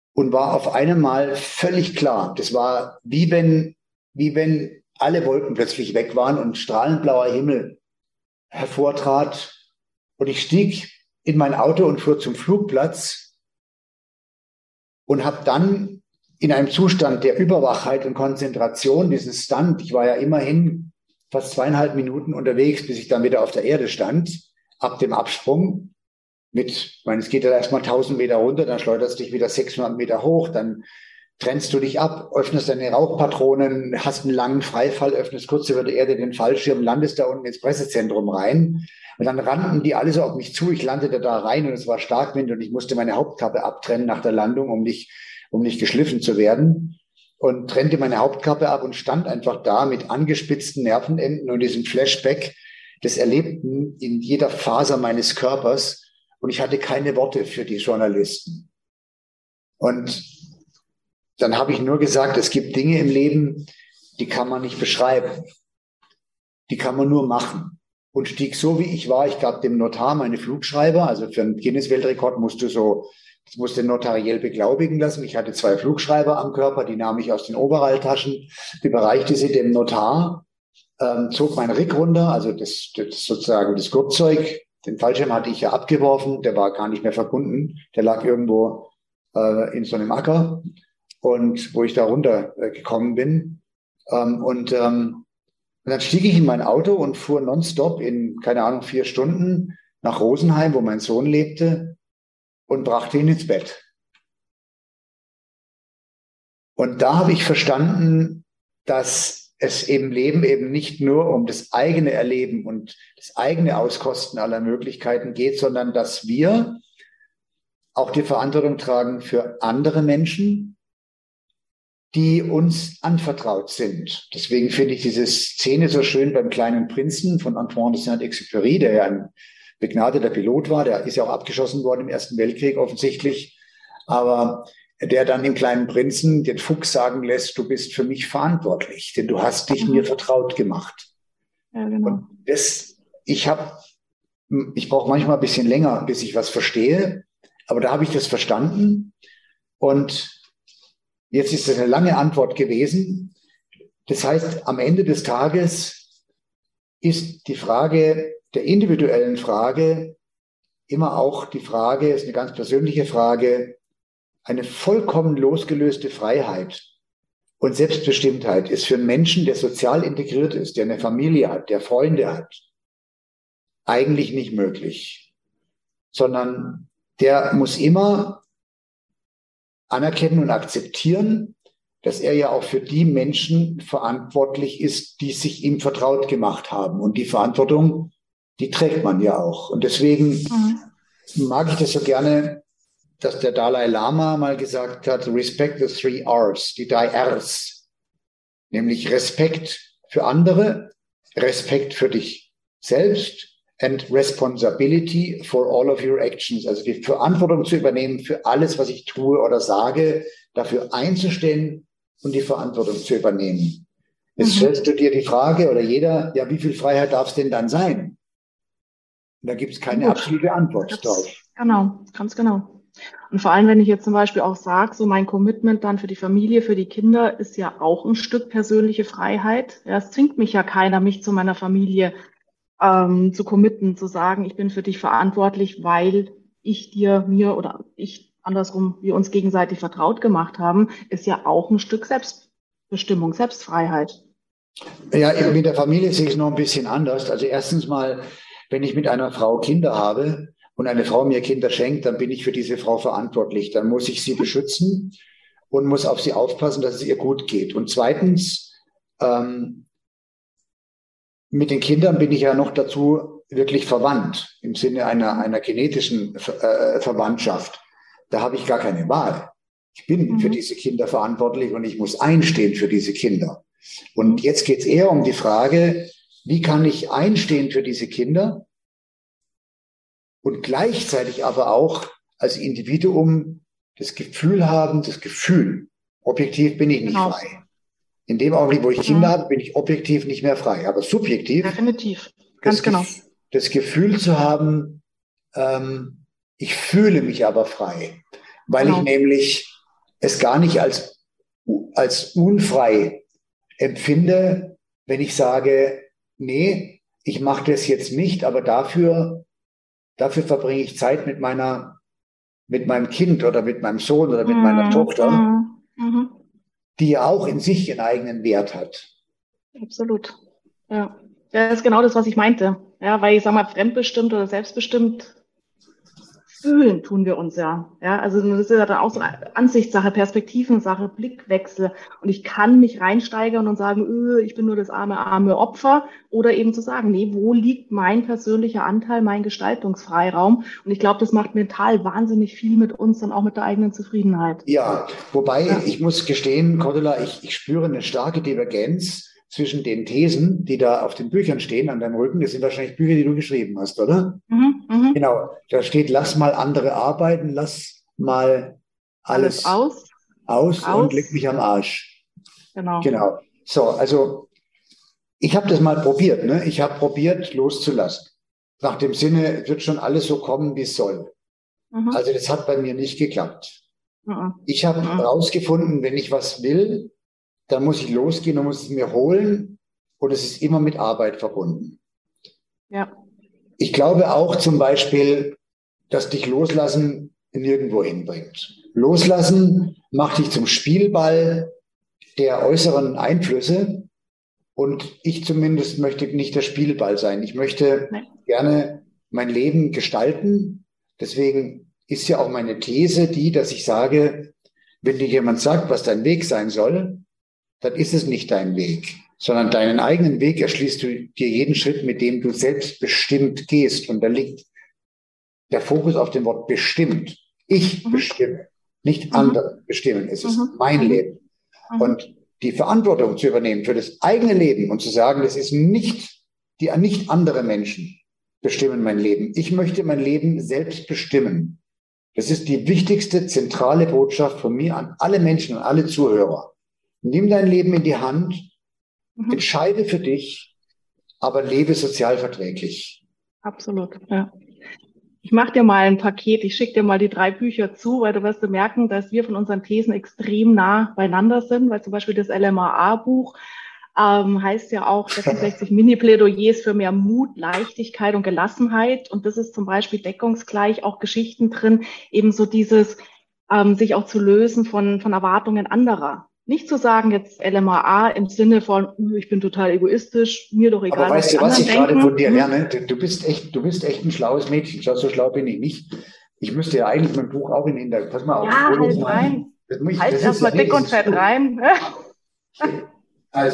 B: und war auf einmal völlig klar. Das war wie wenn alle Wolken plötzlich weg waren und strahlend blauer Himmel hervortrat. Und ich stieg in mein Auto und fuhr zum Flugplatz und habe dann in einem Zustand der Überwachheit und Konzentration diesen Stunt, ich war ja immerhin fast 2,5 Minuten unterwegs, bis ich dann wieder auf der Erde stand, ab dem Absprung. Ich meine, es geht ja erstmal 1.000 Meter runter, dann schleuderst du dich wieder 600 Meter hoch, dann trennst du dich ab, öffnest deine Rauchpatronen, hast einen langen Freifall, öffnest kurz über der Erde den Fallschirm, landest da unten ins Pressezentrum rein. Und dann rannten die alle so auf mich zu. Ich landete da rein und es war Starkwind und ich musste meine Hauptkappe abtrennen nach der Landung, um nicht geschliffen zu werden. Und trennte meine Hauptkappe ab und stand einfach da mit angespitzten Nervenenden und diesem Flashback des Erlebten in jeder Faser meines Körpers. Und ich hatte keine Worte für die Journalisten. Und dann habe ich nur gesagt, es gibt Dinge im Leben, die kann man nicht beschreiben. Die kann man nur machen. Und stieg so, wie ich war. Ich gab dem Notar meine Flugschreiber. Also für einen Guinness-Weltrekord das musste notariell beglaubigen lassen. Ich hatte 2 Flugschreiber am Körper, die nahm ich aus den Oberalltaschen, überreichte sie dem Notar, zog mein Rig runter, also das sozusagen das Gurtzeug. Den Fallschirm hatte ich ja abgeworfen, der war gar nicht mehr verbunden. Der lag irgendwo in so einem Acker, und wo ich da runtergekommen bin. Und dann stieg ich in mein Auto und fuhr nonstop in, keine Ahnung, 4 Stunden nach Rosenheim, wo mein Sohn lebte, und brachte ihn ins Bett. Und da habe ich verstanden, dass es im Leben eben nicht nur um das eigene Erleben und das eigene Auskosten aller Möglichkeiten geht, sondern dass wir auch die Verantwortung tragen für andere Menschen, die uns anvertraut sind. Deswegen finde ich diese Szene so schön beim Kleinen Prinzen von Antoine de Saint-Exupéry, der ja ein begnadeter Pilot war, der ist ja auch abgeschossen worden im Ersten Weltkrieg offensichtlich, aber der dann im Kleinen Prinzen den Fuchs sagen lässt, du bist für mich verantwortlich, denn du hast dich mir vertraut gemacht.
A: Ja, genau.
B: Und ich brauche manchmal ein bisschen länger, bis ich was verstehe, aber da habe ich das verstanden. Und jetzt ist das eine lange Antwort gewesen. Das heißt, am Ende des Tages ist die Frage der individuellen Frage immer auch die Frage, ist eine ganz persönliche Frage, eine vollkommen losgelöste Freiheit und Selbstbestimmtheit ist für einen Menschen, der sozial integriert ist, der eine Familie hat, der Freunde hat, eigentlich nicht möglich, sondern der muss immer anerkennen und akzeptieren, dass er ja auch für die Menschen verantwortlich ist, die sich ihm vertraut gemacht haben. Und die Verantwortung, die trägt man ja auch. Und deswegen mag ich das so gerne, dass der Dalai Lama mal gesagt hat, respect the 3 Rs, die 3 Rs, nämlich Respekt für andere, Respekt für dich selbst and responsibility for all of your actions, also die Verantwortung zu übernehmen für alles, was ich tue oder sage, dafür einzustehen und die Verantwortung zu übernehmen. Jetzt stellst du dir die Frage, oder jeder, ja, wie viel Freiheit darf es denn dann sein? Und da gibt es keine absolute Antwort drauf.
A: Genau, ganz genau. Und vor allem, wenn ich jetzt zum Beispiel auch sage, so mein Commitment dann für die Familie, für die Kinder ist ja auch ein Stück persönliche Freiheit. Ja, es zwingt mich ja keiner, mich zu meiner Familie zu committen, zu sagen, ich bin für dich verantwortlich, weil ich dir, mir oder ich andersrum, wir uns gegenseitig vertraut gemacht haben, ist ja auch ein Stück Selbstbestimmung, Selbstfreiheit.
B: Ja, mit der Familie sehe ich es noch ein bisschen anders. Also erstens mal, wenn ich mit einer Frau Kinder habe und eine Frau mir Kinder schenkt, dann bin ich für diese Frau verantwortlich. Dann muss ich sie beschützen und muss auf sie aufpassen, dass es ihr gut geht. Und zweitens, mit den Kindern bin ich ja noch dazu wirklich verwandt, im Sinne einer genetischen Verwandtschaft. Da habe ich gar keine Wahl. Ich bin für diese Kinder verantwortlich und ich muss einstehen für diese Kinder. Und jetzt geht es eher um die Frage, wie kann ich einstehen für diese Kinder und gleichzeitig aber auch als Individuum das Gefühl haben, objektiv bin ich nicht frei. In dem Augenblick, wo ich Kinder habe, bin ich objektiv nicht mehr frei. Aber subjektiv,
A: definitiv, ganz genau.
B: Das Gefühl zu haben, ich fühle mich aber frei, weil ich nämlich es gar nicht als unfrei empfinde, wenn ich sage, nee, ich mache das jetzt nicht, aber dafür verbringe ich Zeit mit meinem Kind oder mit meinem Sohn oder mit meiner Tochter, die ja auch in sich ihren eigenen Wert hat.
A: Absolut. Ja. Das ist genau das, was ich meinte. Ja, weil ich sag mal, fremdbestimmt oder selbstbestimmt fühlen tun wir uns ja. Ja, also das ist ja dann auch so eine Ansichtssache, Perspektivensache, Blickwechsel. Und ich kann mich reinsteigern und sagen, ich bin nur das arme Opfer. Oder eben zu sagen, nee, wo liegt mein persönlicher Anteil, mein Gestaltungsfreiraum? Und ich glaube, das macht mental wahnsinnig viel mit uns, dann auch mit der eigenen Zufriedenheit.
B: Ja, wobei ich muss gestehen, Cordula, ich spüre eine starke Divergenz zwischen den Thesen, die da auf den Büchern stehen, an deinem Rücken. Das sind wahrscheinlich Bücher, die du geschrieben hast, oder? Genau, da steht, lass mal andere arbeiten, lass mal alles aus und leg mich am Arsch. Genau. So, also ich habe das mal probiert. Ne? Ich habe probiert, loszulassen. Nach dem Sinne, es wird schon alles so kommen, wie es soll. Also das hat bei mir nicht geklappt. Ich habe herausgefunden, wenn ich was will, dann muss ich losgehen und muss es mir holen. Und es ist immer mit Arbeit verbunden.
A: Ja.
B: Ich glaube auch zum Beispiel, dass dich Loslassen nirgendwo hinbringt. Loslassen macht dich zum Spielball der äußeren Einflüsse. Und ich zumindest möchte nicht der Spielball sein. Ich möchte gerne mein Leben gestalten. Deswegen ist ja auch meine These die, dass ich sage, wenn dir jemand sagt, was dein Weg sein soll, dann ist es nicht dein Weg, sondern deinen eigenen Weg erschließt du dir jeden Schritt, mit dem du selbstbestimmt gehst. Und da liegt der Fokus auf dem Wort bestimmt. Ich bestimme, nicht andere bestimmen. Es ist mein Leben. Und die Verantwortung zu übernehmen für das eigene Leben und zu sagen, das ist nicht andere Menschen bestimmen mein Leben. Ich möchte mein Leben selbst bestimmen. Das ist die wichtigste zentrale Botschaft von mir an alle Menschen, an alle Zuhörer. Nimm dein Leben in die Hand, entscheide für dich, aber lebe sozialverträglich.
A: Absolut, ja. Ich mache dir mal ein Paket, ich schicke dir mal die 3 Bücher zu, weil du wirst merken, dass wir von unseren Thesen extrem nah beieinander sind, weil zum Beispiel das LMAA-Buch heißt ja auch 66 Mini-Plädoyers für mehr Mut, Leichtigkeit und Gelassenheit. Und das ist zum Beispiel deckungsgleich auch Geschichten drin, eben so dieses sich auch zu lösen von Erwartungen anderer. Nicht zu sagen jetzt LMAA im Sinne von, ich bin total egoistisch, mir doch egal.
B: Aber weißt du, was ich gerade von dir lerne? Du bist echt ein schlaues Mädchen. So schlau bin ich nicht. Ich müsste ja eigentlich mein Buch auch in den Hintergrund. Pass mal auf.
A: Ja, halt rein. Halt erstmal dick und fett rein.
B: Also,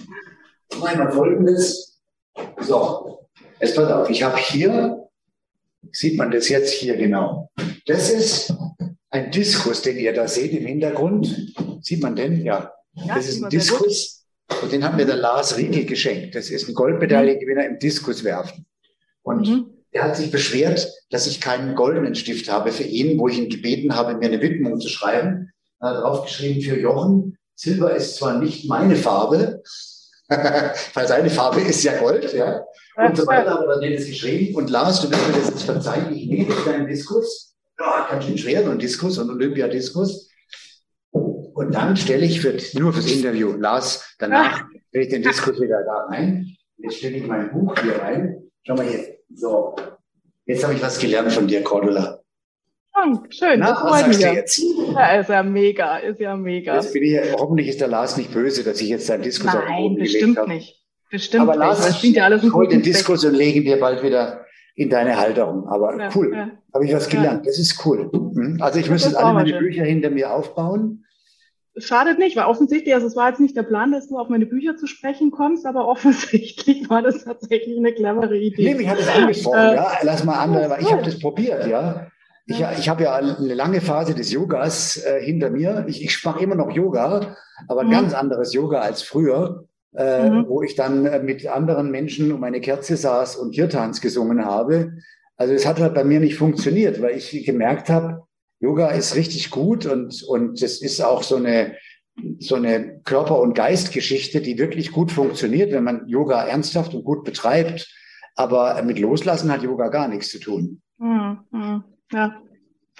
B: mal Folgendes. So, jetzt pass auf. Ich habe hier, sieht man das jetzt hier genau. Das ist ein Diskus, den ihr da seht im Hintergrund. Sieht man den? Ja. Das ist ein Diskus. Und den hat mir der Lars Riegel geschenkt. Das ist ein Goldmedaillengewinner im Diskuswerfen. Und er hat sich beschwert, dass ich keinen goldenen Stift habe für ihn, wo ich ihn gebeten habe, mir eine Widmung zu schreiben. Er hat draufgeschrieben für Jochen, Silber ist zwar nicht meine Farbe, weil seine Farbe ist ja Gold, ja. Und so weiter, aber dann hat er das geschrieben. Und Lars, du wirst mir das jetzt verzeihen, ich nehme deinen Diskus. Ja, ganz schön schwer, so ein Diskus, und Olympiadiskus. Und dann stelle ich nur fürs Interview, Lars, danach stelle ich den Diskus wieder da rein. Jetzt stelle ich mein Buch hier rein. Schau mal hier. So. Jetzt habe ich was gelernt von dir, Cordula.
A: Schön.
B: Na, was sagst du jetzt?
A: Ja, ist ja mega, ist ja mega.
B: Jetzt bin ich, hoffentlich ist der Lars nicht böse, dass ich jetzt deinen Diskus auf den Boden gelegt habe.
A: Nein, bestimmt nicht. Bestimmt
B: aber Lars,
A: nicht. Das klingt ja alles
B: ich hole den Diskus und lege ihn dir bald wieder in deine Halterung. Aber cool, habe ich was gelernt. Das ist cool. Also ich müsste jetzt alle meine Bücher hinter mir aufbauen.
A: Schadet nicht, weil offensichtlich, also es war jetzt nicht der Plan, dass du auf meine Bücher zu sprechen kommst, aber offensichtlich war das tatsächlich eine clevere Idee.
B: Nee, mich hat es angesprochen, ja. Lass mal andere, weil ich habe das probiert, ja. Ich habe ja eine lange Phase des Yogas hinter mir. Ich mache immer noch Yoga, aber ganz anderes Yoga als früher, wo ich dann mit anderen Menschen um eine Kerze saß und Kirtans gesungen habe. Also es hat halt bei mir nicht funktioniert, weil ich gemerkt habe, Yoga ist richtig gut und das ist auch so eine Körper- und Geistgeschichte, die wirklich gut funktioniert, wenn man Yoga ernsthaft und gut betreibt. Aber mit Loslassen hat Yoga gar nichts zu tun.
A: Ja.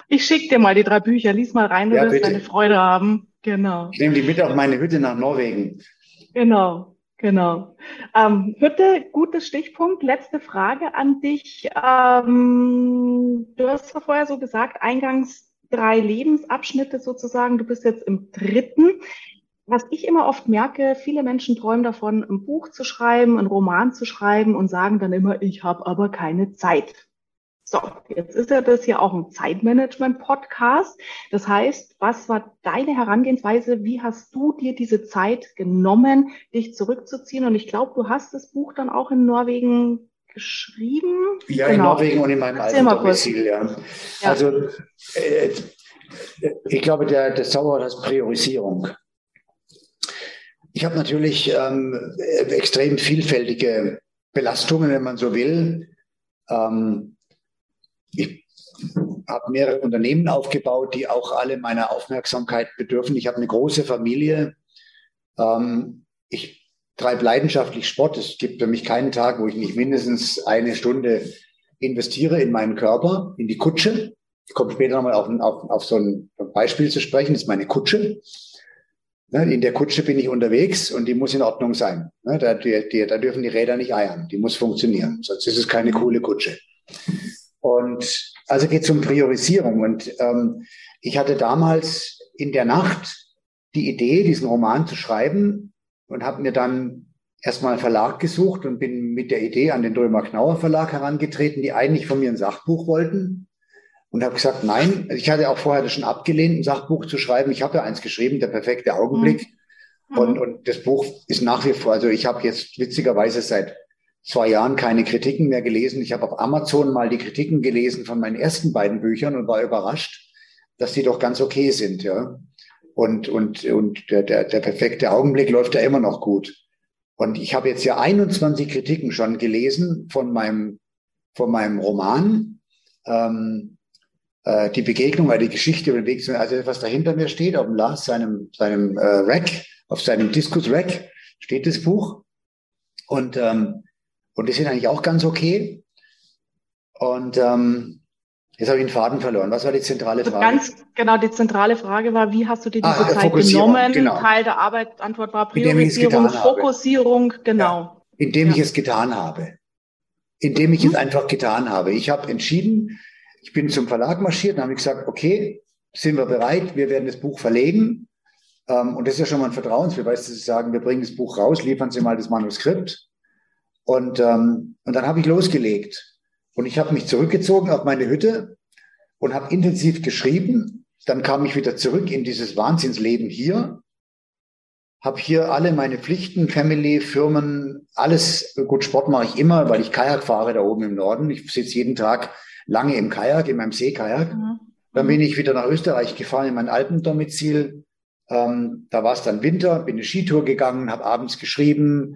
A: Ich schicke dir mal die 3 Bücher, lies mal rein, du
B: Ja,
A: wirst deine
B: bitte.
A: Freude haben. Genau.
B: Ich nehme die mit auf meine Hütte nach Norwegen.
A: Genau, genau. Hütte, gutes Stichpunkt. Letzte Frage an dich. Du hast ja vorher so gesagt, eingangs 3 Lebensabschnitte sozusagen. Du bist jetzt im 3. Was ich immer oft merke, viele Menschen träumen davon, ein Buch zu schreiben, einen Roman zu schreiben und sagen dann immer, ich habe aber keine Zeit. So, jetzt ist ja das hier auch ein Zeitmanagement-Podcast. Das heißt, was war deine Herangehensweise? Wie hast du dir diese Zeit genommen, dich zurückzuziehen? Und ich glaube, du hast das Buch dann auch in Norwegen geschrieben.
B: Ja, in
A: Genau.
B: Norwegen und in meinem
A: Erzähl
B: alten
A: mal kurz.
B: Domizil, ja.
A: Ja.
B: Also, äh, ich glaube, das Zauberwort heißt Priorisierung. Ich habe natürlich extrem vielfältige Belastungen, wenn man so will. Ich habe mehrere Unternehmen aufgebaut, die auch alle meiner Aufmerksamkeit bedürfen. Ich habe eine große Familie. Ich treibe leidenschaftlich Sport. Es gibt für mich keinen Tag, wo ich nicht mindestens 1 Stunde investiere in meinen Körper, in die Kutsche. Ich komme später nochmal auf so ein Beispiel zu sprechen. Das ist meine Kutsche. In der Kutsche bin ich unterwegs und die muss in Ordnung sein. Da dürfen die Räder nicht eiern. Die muss funktionieren. Sonst ist es keine coole Kutsche. Und also geht es um Priorisierung. Und ich hatte damals in der Nacht die Idee, diesen Roman zu schreiben und habe mir dann erstmal einen Verlag gesucht und bin mit der Idee an den Dömer-Knauer Verlag herangetreten, die eigentlich von mir ein Sachbuch wollten. Und habe gesagt, nein, ich hatte auch vorher das schon abgelehnt, ein Sachbuch zu schreiben. Ich habe ja eins geschrieben, Der perfekte Augenblick. Und das Buch ist nach wie vor, also ich habe jetzt witzigerweise seit 2 Jahren keine Kritiken mehr gelesen. Ich habe auf Amazon mal die Kritiken gelesen von meinen ersten beiden Büchern und war überrascht, dass die doch ganz okay sind, ja. Und der perfekte Augenblick läuft ja immer noch gut. Und ich habe jetzt ja 21 Kritiken schon gelesen von meinem Roman. Die Begegnung oder die Geschichte über den Weg zu, also was da hinter mir steht, auf dem Lars, seinem Rack, auf seinem Diskus-Rack steht das Buch. Und die sind eigentlich auch ganz okay. Und jetzt habe ich den Faden verloren. Was war die zentrale Frage?
A: Ganz genau, die zentrale Frage war, wie hast du dir diese Zeit
B: Fokussierung,
A: genommen?
B: genau.
A: Teil der Arbeit, Antwort war
B: Indem ich es
A: Priorisierung,
B: getan habe.
A: Fokussierung, genau.
B: Ja, indem ich es getan habe. Indem ich es einfach getan habe. Ich habe entschieden, ich bin zum Verlag marschiert und habe gesagt, okay, sind wir bereit, wir werden das Buch verlegen. Und das ist ja schon mal ein Vertrauensbeweis, dass sie sagen, wir bringen das Buch raus, liefern Sie mal das Manuskript. Und dann habe ich losgelegt. Und ich habe mich zurückgezogen auf meine Hütte und habe intensiv geschrieben. Dann kam ich wieder zurück in dieses Wahnsinnsleben hier. Habe hier alle meine Pflichten, Family, Firmen, alles. Gut, Sport mache ich immer, weil ich Kajak fahre da oben im Norden. Ich sitze jeden Tag lange im Kajak, in meinem Seekajak. Dann bin ich wieder nach Österreich gefahren, in mein Alpendomizil. Da war es dann Winter, bin eine Skitour gegangen, habe abends geschrieben.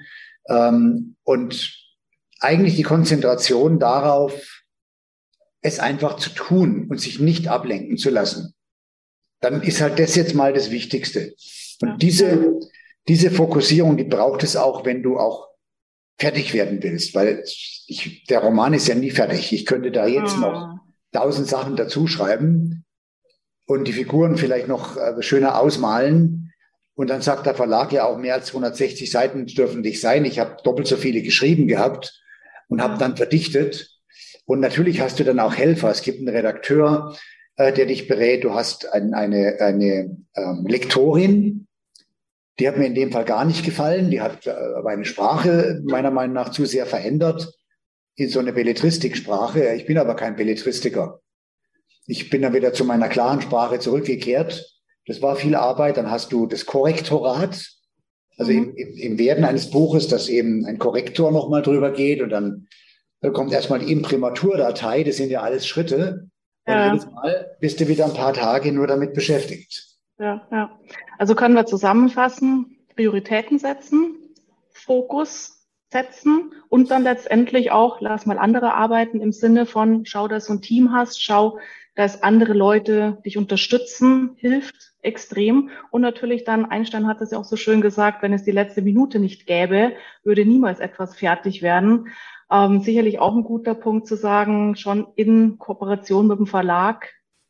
B: Und eigentlich die Konzentration darauf, es einfach zu tun und sich nicht ablenken zu lassen. Dann ist halt das jetzt mal das Wichtigste. Und diese Fokussierung, die braucht es auch, wenn du auch fertig werden willst, weil der Roman ist ja nie fertig. Ich könnte da jetzt noch 1000 Sachen dazu schreiben und die Figuren vielleicht noch schöner ausmalen. Und dann sagt der Verlag ja auch, mehr als 260 Seiten dürfen nicht sein. Ich habe doppelt so viele geschrieben gehabt und habe dann verdichtet. Und natürlich hast du dann auch Helfer. Es gibt einen Redakteur, der dich berät. Du hast eine Lektorin, die hat mir in dem Fall gar nicht gefallen. Die hat meine Sprache meiner Meinung nach zu sehr verändert in so eine Belletristiksprache. Ich bin aber kein Belletristiker. Ich bin dann wieder zu meiner klaren Sprache zurückgekehrt. Das war viel Arbeit. Dann hast du das Korrektorat, also im Werden eines Buches, dass eben ein Korrektor nochmal drüber geht und dann kommt erstmal die Imprimaturdatei. Das sind ja alles Schritte. Und jedes Mal bist du wieder ein paar Tage nur damit beschäftigt.
A: Ja. Also können wir zusammenfassen, Prioritäten setzen, Fokus setzen und dann letztendlich auch, lass mal andere arbeiten im Sinne von, schau, dass du ein Team hast, schau, dass andere Leute dich unterstützen, hilft extrem. Und natürlich dann, Einstein hat es ja auch so schön gesagt, wenn es die letzte Minute nicht gäbe, würde niemals etwas fertig werden. Sicherlich auch ein guter Punkt zu sagen, schon in Kooperation mit dem Verlag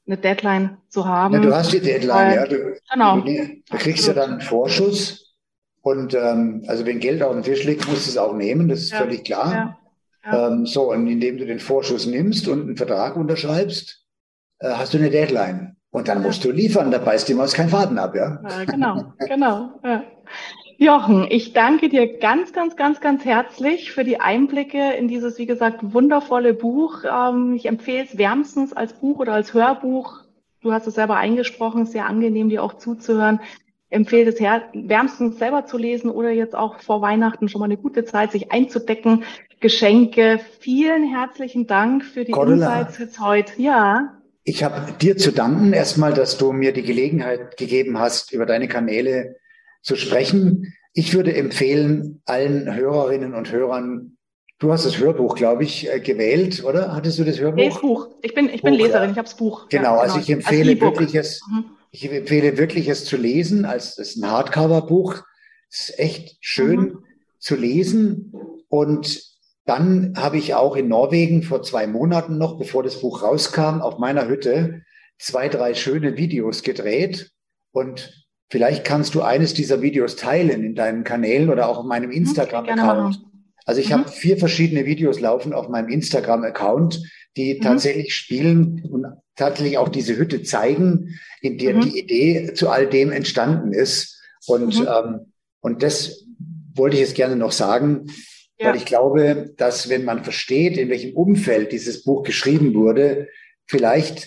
A: eine Deadline zu haben.
B: Ja, du hast die Deadline, ja.
A: Genau.
B: Du kriegst ja dann einen Vorschuss und also wenn Geld auf dem Tisch liegt, musst du es auch nehmen, das ist völlig klar. So, und indem du den Vorschuss nimmst und einen Vertrag unterschreibst, hast du eine Deadline. Und dann musst du liefern, da beißt dir mal kein Faden ab, ja?
A: Genau. Ja. Jochen, ich danke dir ganz, ganz, ganz, ganz herzlich für die Einblicke in dieses, wie gesagt, wundervolle Buch. Ich empfehle es wärmstens als Buch oder als Hörbuch. Du hast es selber eingesprochen, sehr angenehm, dir auch zuzuhören. Empfehle es wärmstens selber zu lesen oder jetzt auch vor Weihnachten schon mal eine gute Zeit, sich einzudecken. Geschenke. Vielen herzlichen Dank für die Insights jetzt heute. Ja.
B: Ich habe dir zu danken erstmal, dass du mir die Gelegenheit gegeben hast, über deine Kanäle zu sprechen. Ich würde empfehlen, allen Hörerinnen und Hörern, du hast das Hörbuch, glaube ich, gewählt, oder? Hattest du das Hörbuch?
A: Nee, das Buch. Ich bin Leserin, ich habe das Buch.
B: Genau, also ich empfehle wirklich es zu lesen, es ist ein Hardcover-Buch. Es ist echt schön zu lesen. Und dann habe ich auch in Norwegen vor 2 Monaten noch, bevor das Buch rauskam, auf meiner Hütte 2, 3 schöne Videos gedreht. Und vielleicht kannst du eines dieser Videos teilen in deinen Kanälen oder auch auf meinem Instagram-Account. Also ich habe 4 verschiedene Videos laufen auf meinem Instagram-Account, die tatsächlich spielen und tatsächlich auch diese Hütte zeigen, in der die Idee zu all dem entstanden ist. Und das wollte ich jetzt gerne noch sagen. Weil ich glaube, dass wenn man versteht, in welchem Umfeld dieses Buch geschrieben wurde, vielleicht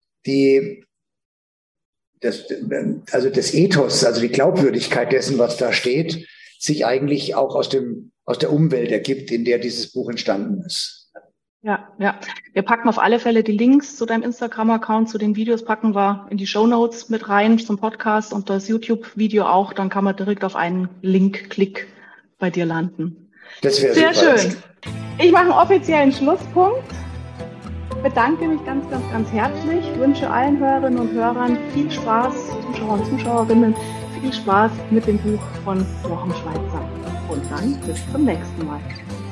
B: das Ethos, also die Glaubwürdigkeit dessen, was da steht, sich eigentlich auch aus der Umwelt ergibt, in der dieses Buch entstanden ist.
A: Ja. Wir packen auf alle Fälle die Links zu deinem Instagram-Account, zu den Videos packen wir in die Shownotes mit rein zum Podcast und das YouTube-Video auch. Dann kann man direkt auf einen Link-Klick bei dir landen.
B: Das wäre
A: sehr schön. Ich mache einen offiziellen Schlusspunkt. Bedanke mich ganz, ganz, ganz herzlich. Wünsche allen Hörerinnen und Hörern viel Spaß, Zuschauer und Zuschauerinnen, viel Spaß mit dem Buch von Jochen Schweizer. Und dann bis zum nächsten Mal.